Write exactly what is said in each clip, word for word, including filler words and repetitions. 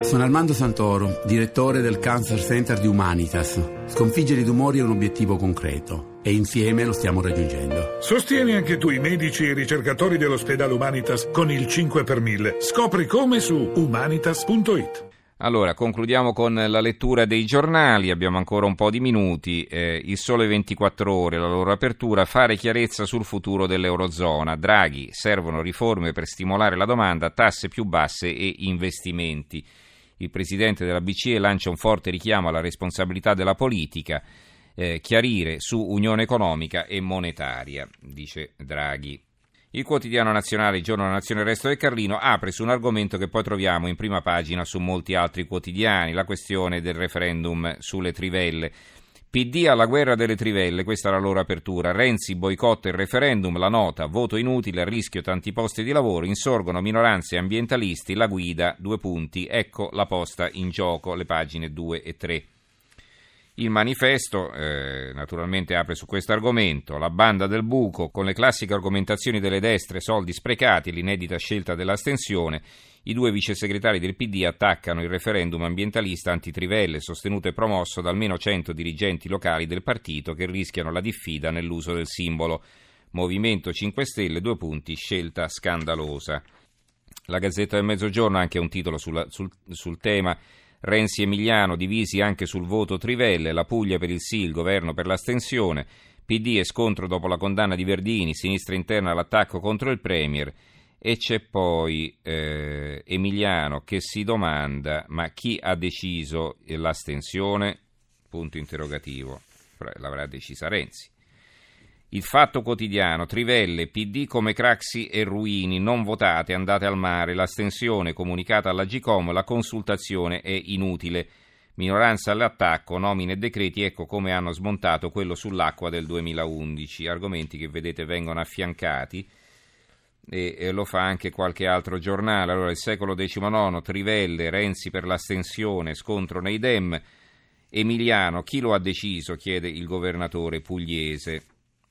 Sono Armando Santoro, direttore del Cancer Center di Humanitas. Sconfiggere i tumori è un obiettivo concreto e insieme lo stiamo raggiungendo. Sostieni anche tu i medici e i ricercatori dell'ospedale Humanitas con il cinque per mille. Scopri come su humanitas punto it. Allora, concludiamo con la lettura dei giornali, abbiamo ancora un po' di minuti. Eh, il Sole ventiquattro Ore, la loro apertura, fare chiarezza sul futuro dell'Eurozona. Draghi, servono riforme per stimolare la domanda, tasse più basse e investimenti. Il presidente della B C E lancia un forte richiamo alla responsabilità della politica, eh, chiarire su unione economica e monetaria, dice Draghi. Il quotidiano nazionale, il Giorno della Nazione, il Resto del Carlino, apre su un argomento che poi troviamo in prima pagina su molti altri quotidiani, la questione del referendum sulle trivelle. P D alla guerra delle trivelle, questa è la loro apertura. Renzi boicotta il referendum, la nota, voto inutile, a rischio tanti posti di lavoro, insorgono minoranze e ambientalisti, la guida, due punti, ecco la posta in gioco, le pagine due e tre. Il Manifesto eh, naturalmente apre su questo argomento, la banda del buco, con le classiche argomentazioni delle destre, soldi sprecati, l'inedita scelta dell'astensione. I due vice segretari del P D attaccano il referendum ambientalista antitrivelle, sostenuto e promosso da almeno cento dirigenti locali del partito che rischiano la diffida nell'uso del simbolo. Movimento cinque Stelle, due punti, scelta scandalosa. La Gazzetta del Mezzogiorno ha anche un titolo sulla, sul, sul tema. Renzi e Emiliano divisi anche sul voto trivelle, la Puglia per il sì, il governo per l'astensione. P D e scontro dopo la condanna di Verdini, sinistra interna all'attacco contro il Premier. E c'è poi eh, Emiliano che si domanda: ma chi ha deciso l'astensione? Punto interrogativo. L'avrà decisa Renzi. Il Fatto Quotidiano, trivelle, P D come Craxi e Ruini, non votate, andate al mare, l'astensione comunicata all'Agcom, la consultazione è inutile. Minoranza all'attacco, nomine e decreti, ecco come hanno smontato quello sull'acqua del duemilaundici. Argomenti che vedete vengono affiancati. E, e lo fa anche qualche altro giornale. Allora, il Secolo diciannove, trivelle, Renzi per l'astensione, scontro nei Dem. Emiliano, chi lo ha deciso? Chiede il governatore pugliese.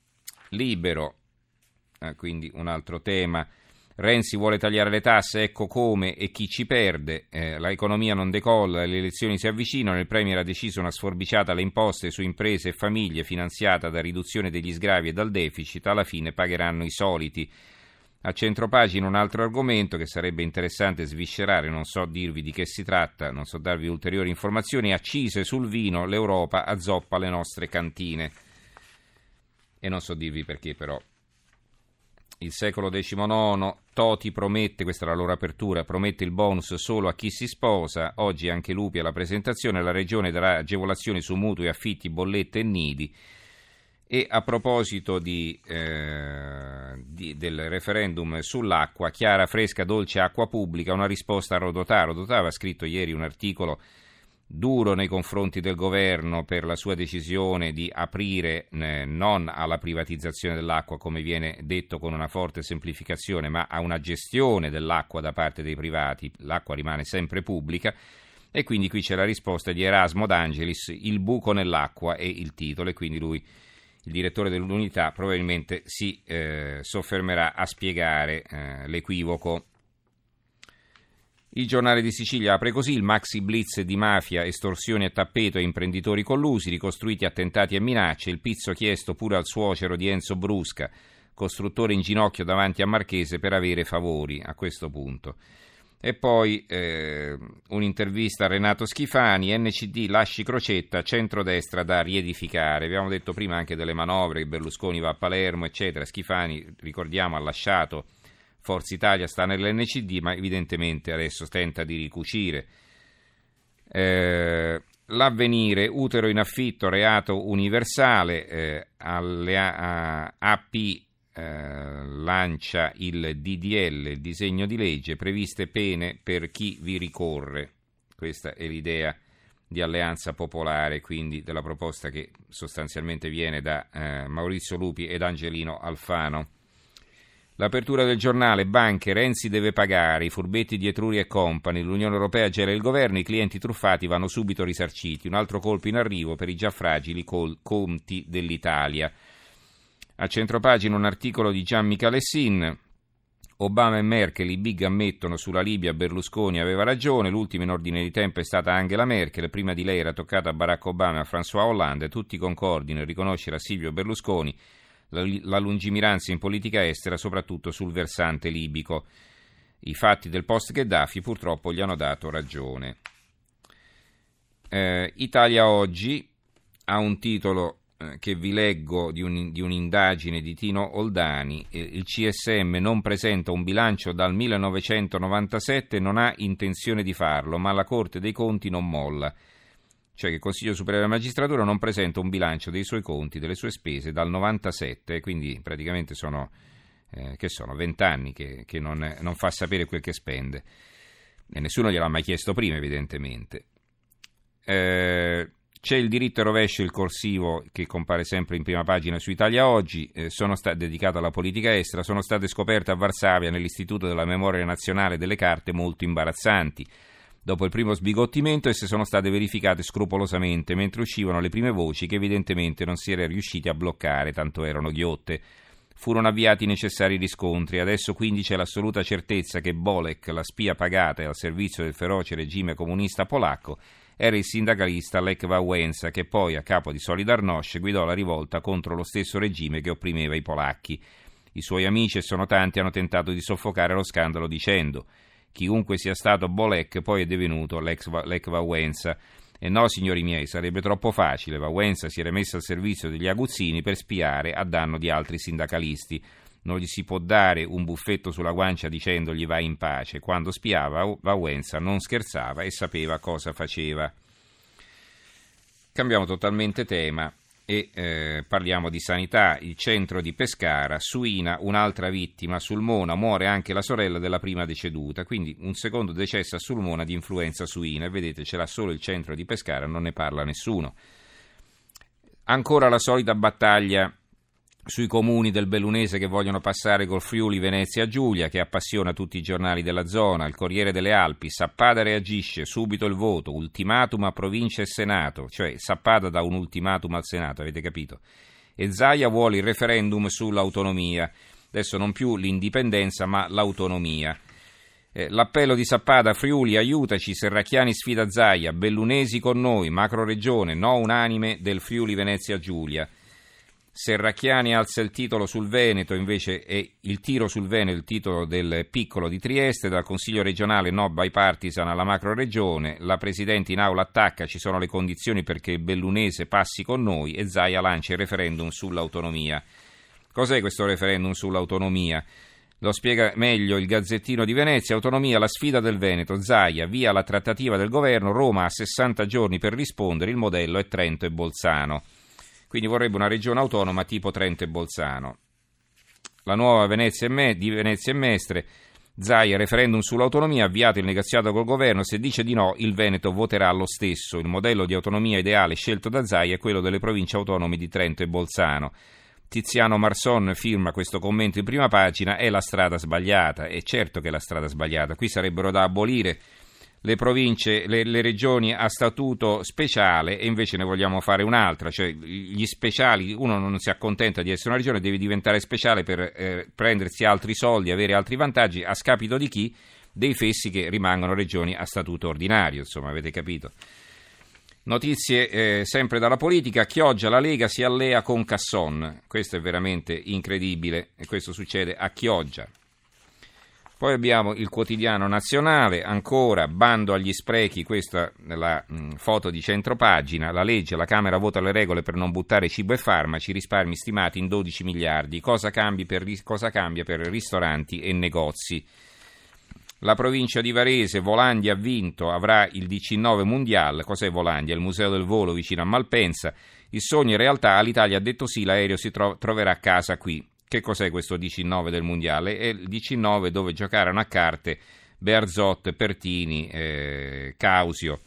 Libero, eh, quindi un altro tema. Renzi vuole tagliare le tasse, ecco come e chi ci perde. Eh, l'economia non decolla, le elezioni si avvicinano, il Premier ha deciso una sforbiciata alle imposte su imprese e famiglie finanziata da riduzione degli sgravi e dal deficit, alla fine pagheranno i soliti. A centropagina un altro argomento che sarebbe interessante sviscerare, non so dirvi di che si tratta, non so darvi ulteriori informazioni, accise sul vino, l'Europa azzoppa le nostre cantine. E non so dirvi perché però. Il Secolo diciannove, Toti promette, questa è la loro apertura, promette il bonus solo a chi si sposa, oggi anche Lupi alla presentazione, la Regione darà agevolazioni su mutui, affitti, bollette e nidi. E a proposito di, eh, di, del referendum sull'acqua, chiara, fresca, dolce acqua pubblica, una risposta a Rodotà. Rodotà aveva scritto ieri un articolo duro nei confronti del governo per la sua decisione di aprire eh, non alla privatizzazione dell'acqua, come viene detto con una forte semplificazione, ma a una gestione dell'acqua da parte dei privati. L'acqua rimane sempre pubblica. E quindi qui c'è la risposta di Erasmo D'Angelis, il buco nell'acqua è il titolo, e quindi lui, il direttore dell'unità, probabilmente si eh, soffermerà a spiegare eh, l'equivoco. Il Giornale di Sicilia apre così: il maxi blitz di mafia, estorsioni a tappeto e imprenditori collusi, ricostruiti attentati e minacce, il pizzo chiesto pure al suocero di Enzo Brusca, costruttore in ginocchio davanti a Marchese per avere favori a questo punto. E poi eh, un'intervista a Renato Schifani, N C D lasci Crocetta, centrodestra da riedificare. Abbiamo detto prima anche delle manovre, Berlusconi va a Palermo, eccetera. Schifani, ricordiamo, ha lasciato Forza Italia, sta nell'N C D, ma evidentemente adesso tenta di ricucire. Eh, L'Avvenire, utero in affitto, reato universale, eh, alle A, A P eh, lancia il D D L, il disegno di legge, previste pene per chi vi ricorre. Questa è l'idea di Alleanza Popolare, quindi della proposta che sostanzialmente viene da eh, Maurizio Lupi ed Angelino Alfano. L'apertura del Giornale, banche, Renzi deve pagare, i furbetti di Etruria e Company, l'Unione Europea gela il governo, i clienti truffati vanno subito risarciti, un altro colpo in arrivo per i già fragili col- conti dell'Italia. A centropagina un articolo di Gian Michalessin, Obama e Merkel, i big ammettono sulla Libia Berlusconi aveva ragione, l'ultima in ordine di tempo è stata Angela Merkel, prima di lei era toccata a Barack Obama e a François Hollande, tutti concordi nel riconoscere a Silvio Berlusconi la, la lungimiranza in politica estera, soprattutto sul versante libico. I fatti del post-Gheddafi purtroppo gli hanno dato ragione. Eh, Italia Oggi ha un titolo che vi leggo di, un, di un'indagine di Tino Oldani. Il C S M non presenta un bilancio dal millenovecentonovantasette, non ha intenzione di farlo, ma la Corte dei Conti non molla. Cioè che il Consiglio Superiore della Magistratura non presenta un bilancio dei suoi conti, delle sue spese dal novantasette, quindi praticamente sono eh, che sono vent'anni che, che non, non fa sapere quel che spende. E nessuno gliel'ha mai chiesto prima, evidentemente. Eh... C'è il diritto e rovescio, il corsivo che compare sempre in prima pagina su Italia Oggi, eh, sono sta- dedicato alla politica estera, sono state scoperte a Varsavia nell'Istituto della Memoria Nazionale delle carte molto imbarazzanti. Dopo il primo sbigottimento esse sono state verificate scrupolosamente, mentre uscivano le prime voci che evidentemente non si era riusciti a bloccare, tanto erano ghiotte. Furono avviati i necessari riscontri, adesso quindi c'è l'assoluta certezza che Bolek, la spia pagata e al servizio del feroce regime comunista polacco, era il sindacalista Lech Wałęsa, che poi, a capo di Solidarność, guidò la rivolta contro lo stesso regime che opprimeva i polacchi. I suoi amici, e sono tanti, hanno tentato di soffocare lo scandalo dicendo: chiunque sia stato Bolek poi è divenuto Lech Wałęsa. E no, signori miei, sarebbe troppo facile. Wałęsa si era messo al servizio degli aguzzini per spiare a danno di altri sindacalisti. Non gli si può dare un buffetto sulla guancia dicendogli vai in pace. Quando spiava, Wałęsa non scherzava e sapeva cosa faceva. Cambiamo totalmente tema e eh, parliamo di sanità. Il centro di Pescara, suina, un'altra vittima. A Sulmona muore anche la sorella della prima deceduta, quindi un secondo decesso a Sulmona di influenza suina. E vedete, ce l'ha solo il centro di Pescara, non ne parla nessuno. Ancora la solita battaglia sui comuni del Bellunese che vogliono passare col Friuli Venezia Giulia, che appassiona tutti i giornali della zona. Il Corriere delle Alpi: Sappada reagisce, subito il voto, ultimatum a provincia e Senato, cioè Sappada dà un ultimatum al Senato, avete capito? E Zaia vuole il referendum sull'autonomia, adesso non più l'indipendenza ma l'autonomia. Eh, l'appello di Sappada: Friuli aiutaci, Serracchiani sfida Zaia, Bellunesi con noi, macroregione, no unanime del Friuli Venezia Giulia. Serracchiani alza il titolo sul Veneto, invece è il tiro sul Veneto, il titolo del piccolo di Trieste. Dal Consiglio regionale no bipartisan alla macroregione, la Presidente in aula attacca, ci sono le condizioni perché il Bellunese passi con noi, e Zaia lancia il referendum sull'autonomia. Cos'è questo referendum sull'autonomia? Lo spiega meglio il Gazzettino di Venezia: autonomia, la sfida del Veneto, Zaia, via la trattativa del governo, Roma ha sessanta giorni per rispondere, il modello è Trento e Bolzano. Quindi vorrebbe una regione autonoma tipo Trento e Bolzano. La nuova Venezia e Me, di Venezia e Mestre, Zaia, referendum sull'autonomia, avviato il negoziato col governo, se dice di no il Veneto voterà lo stesso. Il modello di autonomia ideale scelto da Zaia è quello delle province autonome di Trento e Bolzano. Tiziano Marson firma questo commento in prima pagina: è la strada sbagliata. E certo che è la strada sbagliata, qui sarebbero da abolire le province, le, le regioni a statuto speciale, e invece ne vogliamo fare un'altra, cioè gli speciali, uno non si accontenta di essere una regione, deve diventare speciale per eh, prendersi altri soldi, avere altri vantaggi, a scapito di chi? Dei fessi che rimangono regioni a statuto ordinario, insomma, avete capito. Notizie eh, sempre dalla politica: Chioggia, la Lega si allea con Casson, questo è veramente incredibile e questo succede a Chioggia. Poi abbiamo il Quotidiano Nazionale, ancora bando agli sprechi, questa è la mh, foto di centropagina, la legge, la Camera vota le regole per non buttare cibo e farmaci, risparmi stimati in dodici miliardi, cosa, cambi per, cosa cambia per ristoranti e negozi. La provincia di Varese, Volandia ha vinto, avrà il diciannove mondiale. Cos'è Volandia? Il museo del volo vicino a Malpensa. Il sogno in realtà, all'Italia ha detto sì, l'aereo si tro- troverà a casa qui. Che cos'è questo diciannove del mondiale? È il diciannove dove giocarono a carte Bearzot, Pertini, eh, Causio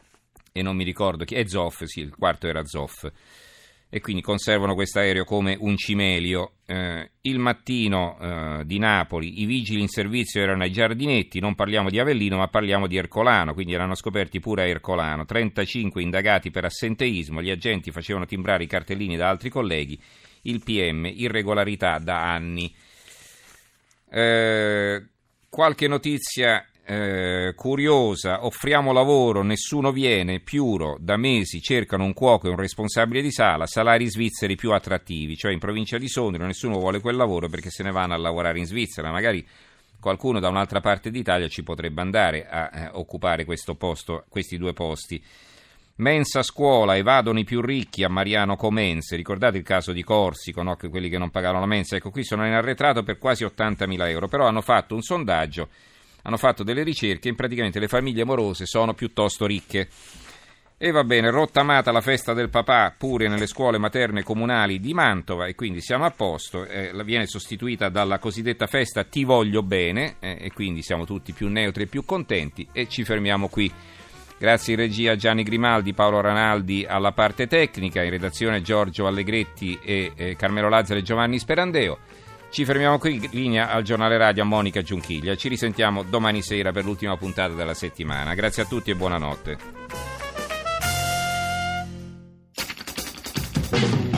e non mi ricordo chi, e Zoff, sì, il quarto era Zoff. E quindi conservano questo aereo come un cimelio. Eh, il Mattino eh, di Napoli: i vigili in servizio erano ai giardinetti, non parliamo di Avellino ma parliamo di Ercolano, quindi erano scoperti pure a Ercolano. trentacinque indagati per assenteismo, gli agenti facevano timbrare i cartellini da altri colleghi, il P M, irregolarità da anni. Eh, qualche notizia eh, curiosa: offriamo lavoro, nessuno viene. Piuro, da mesi cercano un cuoco e un responsabile di sala, salari svizzeri più attrattivi, cioè in provincia di Sondrio nessuno vuole quel lavoro perché se ne vanno a lavorare in Svizzera. Magari qualcuno da un'altra parte d'Italia ci potrebbe andare a eh, occupare questo posto, questi due posti. Mensa scuola, evadono i più ricchi a Mariano Comense. Ricordate il caso di Corsico, no? Che quelli che non pagavano la mensa? Ecco, qui sono in arretrato per quasi ottantamila euro, però hanno fatto un sondaggio, hanno fatto delle ricerche e praticamente le famiglie morose sono piuttosto ricche. E va bene, rottamata la festa del papà pure nelle scuole materne comunali di Mantova, e quindi siamo a posto. Eh, viene sostituita dalla cosiddetta festa Ti voglio bene, eh, e quindi siamo tutti più neutri e più contenti, e ci fermiamo qui. Grazie in regia Gianni Grimaldi, Paolo Ranaldi alla parte tecnica, in redazione Giorgio Allegretti e eh, Carmelo Lazzaro e Giovanni Sperandeo. Ci fermiamo qui, linea al giornale radio a Monica Giunchiglia. Ci risentiamo domani sera per l'ultima puntata della settimana. Grazie a tutti e buonanotte.